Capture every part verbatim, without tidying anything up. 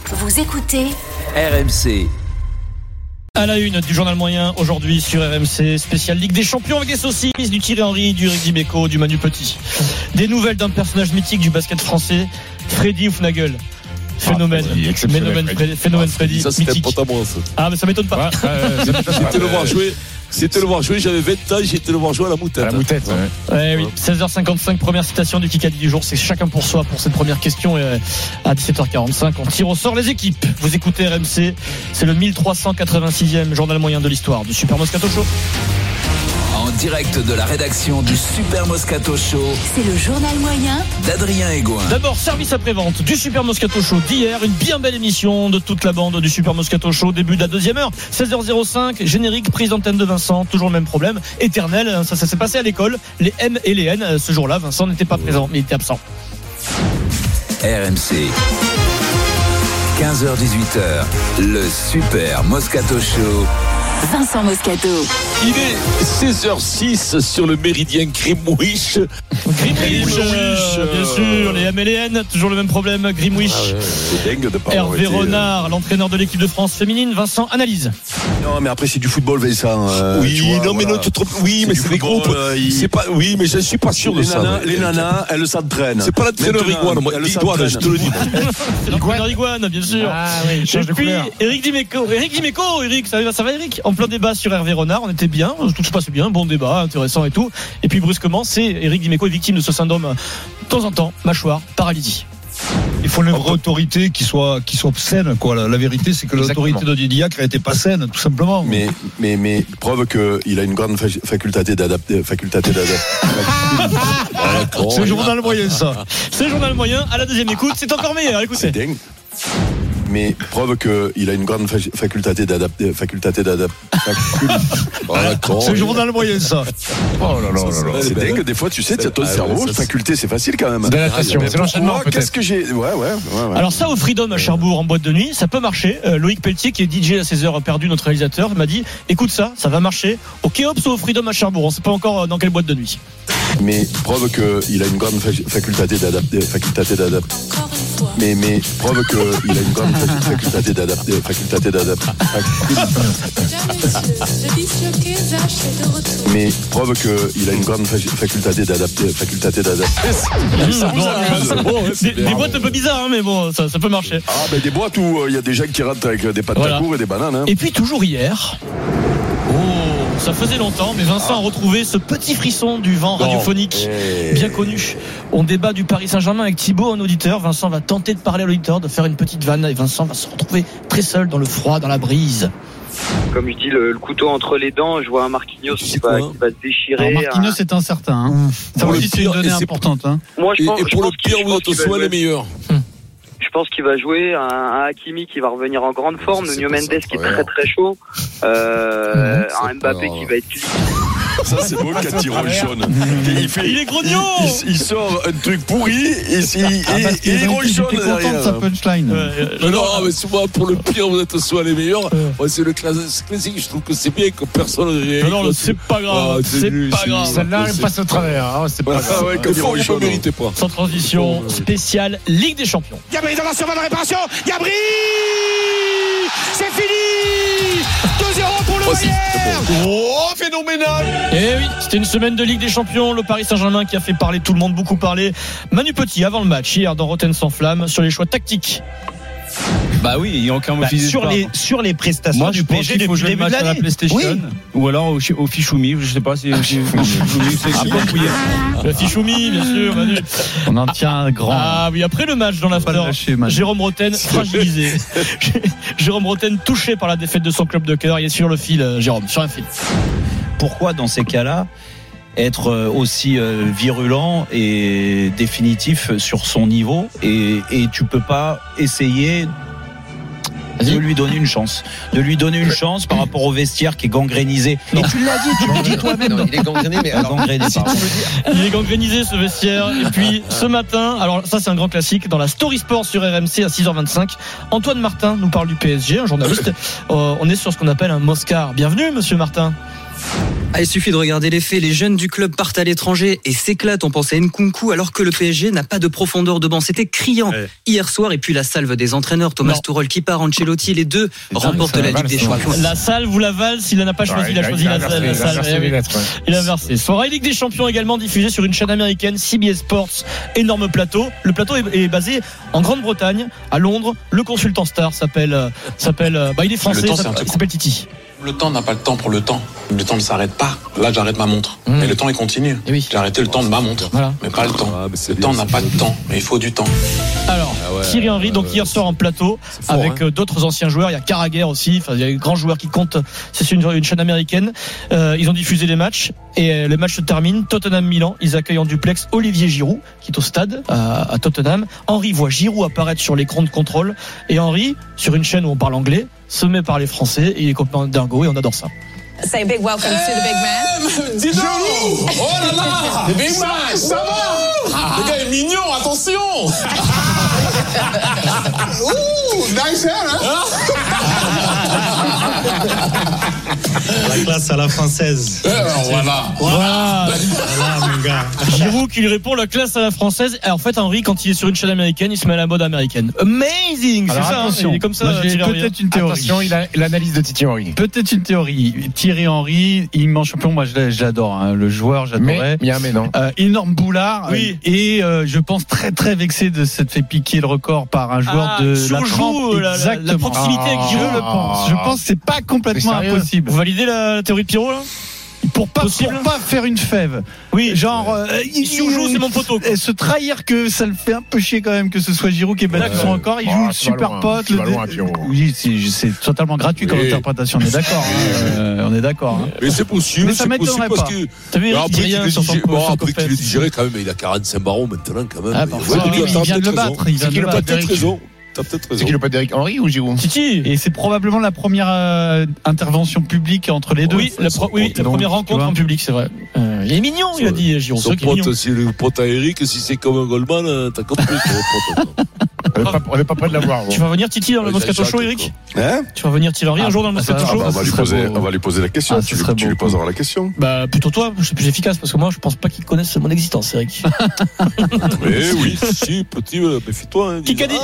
Vous écoutez R M C. À la une du journal moyen aujourd'hui sur R M C, spécial Ligue des Champions avec des saucisses, du Thierry Henry, du Eric Dimeco, du Manu Petit. Des nouvelles d'un personnage mythique du basket français, Freddy Hufnagel. Phénomène, ah, phénomène, Freddy, phénomène Freddy, ça c'était mythique. Pas moi, ça. Ah mais ça m'étonne pas. Ouais, euh, c'était le voir jouer. C'était le voir jouer, j'avais vingt ans, j'étais le voir jouer à la moutette. À la moutette, ouais. Ouais, oui. seize heures cinquante-cinq, première citation du Kikadi du jour, c'est chacun pour soi pour cette première question. Et à dix-sept heures quarante-cinq, on tire au sort les équipes. Vous écoutez R M C, c'est le mille trois cent quatre-vingt-sixième journal moyen de l'histoire du Super Moscato Show. En direct de la rédaction du Super Moscato Show, c'est le journal moyen d'Adrien Egoin. D'abord, service après-vente du Super Moscato Show d'hier. Une bien belle émission de toute la bande du Super Moscato Show. Début de la deuxième heure, seize heures cinq, générique, prise d'antenne de Vincent. Toujours le même problème, éternel. Ça, ça s'est passé à l'école. Les M et les N. Ce jour-là, Vincent n'était pas présent, mais il était absent. R M C. quinze heures dix-huit heures, le Super Moscato Show. Vincent Moscato. Il est seize heures six sur le méridien Grimwich. Grimwich, euh, bien sûr, les M et les N, toujours le même problème. Grimwich. Ah ouais, c'est dingue de pas Hervé Renard, l'entraîneur de l'équipe de France féminine. Vincent, analyse. Non, mais après c'est du football, Vincent. Euh, oui, vois, non, mais voilà. non, tu te trompes. Oui, c'est mais c'est des groupes. Euh, il... C'est pas. Oui, mais je suis pas sûr de les ça. Nanas, les nanas, elles s'entraînent. C'est pas l'entraîneur Iguane, moi. Iguane, je te le dis. C'est l'entraîneur Iguane, bien sûr. Ah oui. Et puis Eric Dimeco, Eric Dimeco, Eric, ça va, ça va, Eric. En plein débat sur Hervé Renard, on était bien, tout se passe bien, bon débat, intéressant et tout. Et puis brusquement, c'est Eric Dimeco est victime de ce syndrome de temps en temps, mâchoire, paralysie. Il faut une vraie autorité qui soit, qui soit saine, quoi. La, la vérité, c'est que Exactement. l'autorité de Didiac n'était pas saine, tout simplement. Mais, mais, mais, preuve qu'il a une grande faculté d'adapter, faculté d'adapter. C'est le journal moyen, ça. C'est le journal moyen, à la deuxième écoute, c'est encore meilleur, écoutez. C'est dingue. Mais preuve qu'il a une grande faculté d'adapter, faculté d'adapter. C'est le journal moyen, ça. Oh là là là là. C'est dingue, des fois, tu sais, tu as ton cerveau, faculté, c'est facile quand même. C'est l'adaptation, c'est l'enchaînement. Qu'est-ce que j'ai. Ouais, ouais, ouais. Alors, ça, au Freedom à Cherbourg, en boîte de nuit, ça peut marcher. Euh, Loïc Pelletier, qui est D J à seize heures perdu, notre réalisateur, m'a dit écoute ça, ça va marcher. Au Kéops ou au Freedom à Cherbourg, on sait pas encore dans quelle boîte de nuit. Mais preuve qu'il a une grande faculté d'adapter, faculté d'adapter. Mais, mais preuve qu'il a une grande faculté d'adapter, faculté d'adapter. Mais preuve qu'il a une grande faculté d'adapter, faculté d'adapter. Des, des boîtes un peu bizarres, hein, mais bon, ça, ça peut marcher. Ah, ben des boîtes où il euh, y a des gens qui rentrent avec des pâtes voilà. à court et des bananes. Hein. Et puis toujours hier. Oh, ça faisait longtemps, mais Vincent ah. a retrouvé ce petit frisson du vent non. radiophonique hey. bien connu. On débat du Paris Saint-Germain avec Thibaut, un auditeur. Vincent va tenter de parler à l'auditeur, de faire une petite vanne, et Vincent va se retrouver très seul dans le froid, dans la brise. Comme je dis, le, le couteau entre les dents, je vois un Marquinhos qui va, qui va se déchirer. Alors Marquinhos hein. est incertain. Hein. Ça aussi, c'est une donnée importante. Hein. Moi, je pense, et, et pour je le pire, vous êtes soit les meilleurs. Hum. Je pense qu'il va jouer un, un Hakimi qui va revenir en grande forme, Nuno Mendes qui est très très chaud, euh, mmh, un Mbappé qui va être clic. Ça c'est beau quand il ronchonne. Il, fait, il est grognon. Il, il, il sort un truc pourri et, il, ah, et, et il ronchonne. Il était content de sa punchline. Euh, non, non, mais souvent pour le pire vous êtes soit les meilleurs. Ouais, c'est le classique. Je trouve que c'est bien que personne ne réagisse. Non, non, c'est pas grave. Ah, c'est, c'est pas c'est grave. Celle-là elle passe au travers. Ah, c'est pas grave. Ouais, il ne méritait pas. Sans transition spéciale Ligue des Champions. Gabri dans la survie de réparation. Gabri, c'est fini. deux zéro pour le Bayern. Oh, phénoménal. Et oui, c'était une semaine de Ligue des Champions. Le Paris Saint-Germain qui a fait parler tout le monde, beaucoup parler. Manu Petit avant le match hier dans Rotten sans flamme sur les choix tactiques. Bah oui, il n'y a aucun bah, sur les sur les prestations Moi, du P S G il faut jouer le match à la PlayStation oui. ou alors au, au Fichoumi, je sais pas si c'est le Fichoumi bien sûr Manu. On en tient un grand. Ah oui, après le match dans l'after, Jérôme Rotten fragilisé. Jérôme Rotten touché par la défaite de son club de cœur, il est sur le fil Jérôme, sur un fil. Pourquoi dans ces cas-là être aussi virulent et définitif sur son niveau et, et tu peux pas essayer de lui donner une chance de lui donner une chance par rapport au vestiaire qui est gangrénisé. Non. Et tu l'as dit, tu le dis toi-même. Non, il est gangréné, mais alors, gangréné, si tu me dis... il est gangrénisé ce vestiaire. Et puis ce matin, alors ça c'est un grand classique dans la Story Sport sur R M C à six heures vingt-cinq, Antoine Martin nous parle du P S G, un journaliste. euh, on est sur ce qu'on appelle un Moscar. Bienvenue monsieur Martin. Ah, il suffit de regarder les faits. Les jeunes du club partent à l'étranger et s'éclatent. On pensait à Nkunku alors que le P S G n'a pas de profondeur de banc. C'était criant ouais. hier soir. Et puis la salve des entraîneurs. Thomas Tuchel qui part, Ancelotti, les deux remportent la Ligue des Champions. La salve ou la valse, il n'en a pas choisi. Ouais, il, il a choisi il a, la, il a, la, la salve. Il a, lettres, ouais. il a versé. Soirée Ligue des Champions également diffusée sur une chaîne américaine, C B S Sports. Énorme plateau. Le plateau est, est basé en Grande-Bretagne, à Londres. Le consultant star s'appelle, s'appelle, bah il est français, il s'appelle, s'appelle Titi. Le temps n'a pas le temps pour le temps. Le temps ne s'arrête pas. Là, j'arrête ma montre. Mmh. Mais le temps, il continue. Oui. J'ai arrêté le temps de ma montre. Voilà. Mais pas le temps. Ah, le temps n'a pas de temps. Mais il faut du temps. Alors, ah ouais, Thierry Henry, donc hier soir en plateau, fort, avec hein. d'autres anciens joueurs. Il y a Carragher aussi. Enfin, il y a des grands joueurs qui comptent. C'est une, une chaîne américaine. Euh, ils ont diffusé les matchs. Et le match se termine. Tottenham-Milan. Ils accueillent en duplex Olivier Giroud, qui est au stade, à, à Tottenham. Henry voit Giroud apparaître sur l'écran de contrôle. Et Henry, sur une chaîne où on parle anglais, se met par les Français et il est copain dingo et on adore ça. Say a big welcome hey, to the big man. Dis donc. Oh là là. The big man. Ça va. Le gars est mignon, attention. Ouh, nice hair, hein. La classe à la française. Alors, voilà. Voilà. Voilà, mon gars. Giroud qui lui répond la classe à la française. Et en fait, Henry, quand il est sur une chaîne américaine, il se met à la mode américaine. Amazing. Alors, c'est ça. Attention. Hein, il est comme ça. Moi, j'ai peut-être une théorie. Attention, il a l'analyse de Thierry Henry. Peut-être une théorie. Thierry Henry, immense champion. Moi, je l'adore. Hein. Le joueur, j'adorais. Mais, mais non. Euh, énorme boulard. Oui. Et euh, je pense très très vexé de s'être fait piquer le record par un joueur ah, de la trempe. La, Exactement. La proximité ah, avec Giroud, je le pense. Je pense que c'est pas complètement impossible. Vous validez la théorie de Pierrot là? Pour pas, pour pas faire une fève. Oui. Genre, euh, il, il surjoue, c'est mon poteau. Et se trahir que ça le fait un peu chier quand même que ce soit Giroud qui est battu son record. Il oh, joue le super loin, pote. Le loin, oui, c'est, c'est totalement gratuit comme oui. interprétation. On est d'accord. Hein. Euh, on est d'accord. Hein. Mais c'est possible. Mais ça m'étonnerait pas. Que... T'as vu, après qu'il rien sur son bon, après qu'il est digéré quand même, il a quarante-cinq barons maintenant quand même. Ah, il vient de le battre. Il vient de le battre. Peut-être raison. T'as peut-être raison. C'est qu'il le pas d'Eric Henry ou Giroud? Titi. Et c'est probablement la première euh, intervention publique entre les deux. Oui, la, pro- oui, la donc, première rencontre en public, c'est vrai. Euh, il est mignon, il a dit Giroud. Son pote, c'est le pote à Eric. Si c'est comme un Goldman, t'as compris. On n'est pas près de l'avoir. Tu vas venir Titi dans le Moscato Show, Eric? Hein? Tu vas venir Thierry Henry un jour dans le Moscato Show? On va lui poser, on va lui poser la question. Tu, tu lui poseras la question. Bah plutôt toi, je suis plus efficace parce que moi je pense pas qu'il connaisse mon existence, Eric. Mais oui, si petit, méfie-toi. Qui qu'a dit?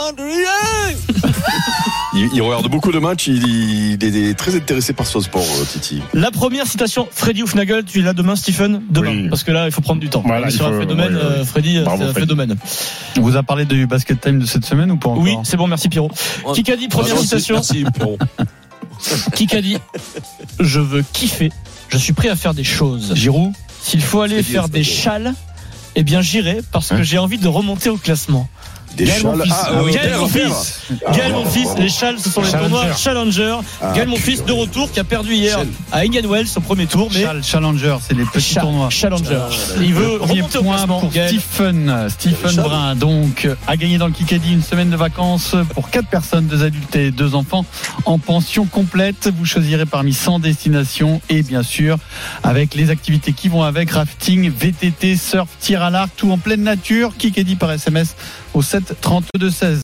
Il, il regarde beaucoup de matchs, il, il est très intéressé par ce sport, Titi. La première citation, Freddy Hufnagel, tu es là demain, Stephen? Demain, oui. Parce que là, il faut prendre du temps. Voilà, sur un phénomène, ouais, ouais. Freddy, Bravo, c'est un phénomène. On vous a parlé du basket time de cette semaine ou pas encore? Oui, c'est bon, merci Pierrot. Ouais. Qui qu'a dit, première ah, citation? Merci Pierrot. Qui qu'a dit, je veux kiffer, je suis prêt à faire des choses. Giroud? S'il faut aller faire des châles, eh bien j'irai parce hein? que j'ai envie de remonter au classement. Des Gaël châles. Monfils. Ah, euh, Gaël Monfils. Ah, Gaël Monfils. Les châles, ce sont les Challenger. tournois Challenger. Ah, Gaël Monfils de retour qui a perdu hier Chal. à Indian Wells au premier tour. Mais Chal, Challenger, c'est les petits Chal, tournois. Challenger. Il veut remonter au classement. Pour Gaël. Stephen, Stephen Brun, donc, a gagné dans le Kikadi une semaine de vacances pour quatre personnes, deux adultes et deux enfants en pension complète. Vous choisirez parmi cent destinations et bien sûr avec les activités qui vont avec, rafting, V T T, surf, tir à l'arc, tout en pleine nature. Kikadi par S M S au sept trente-deux seize.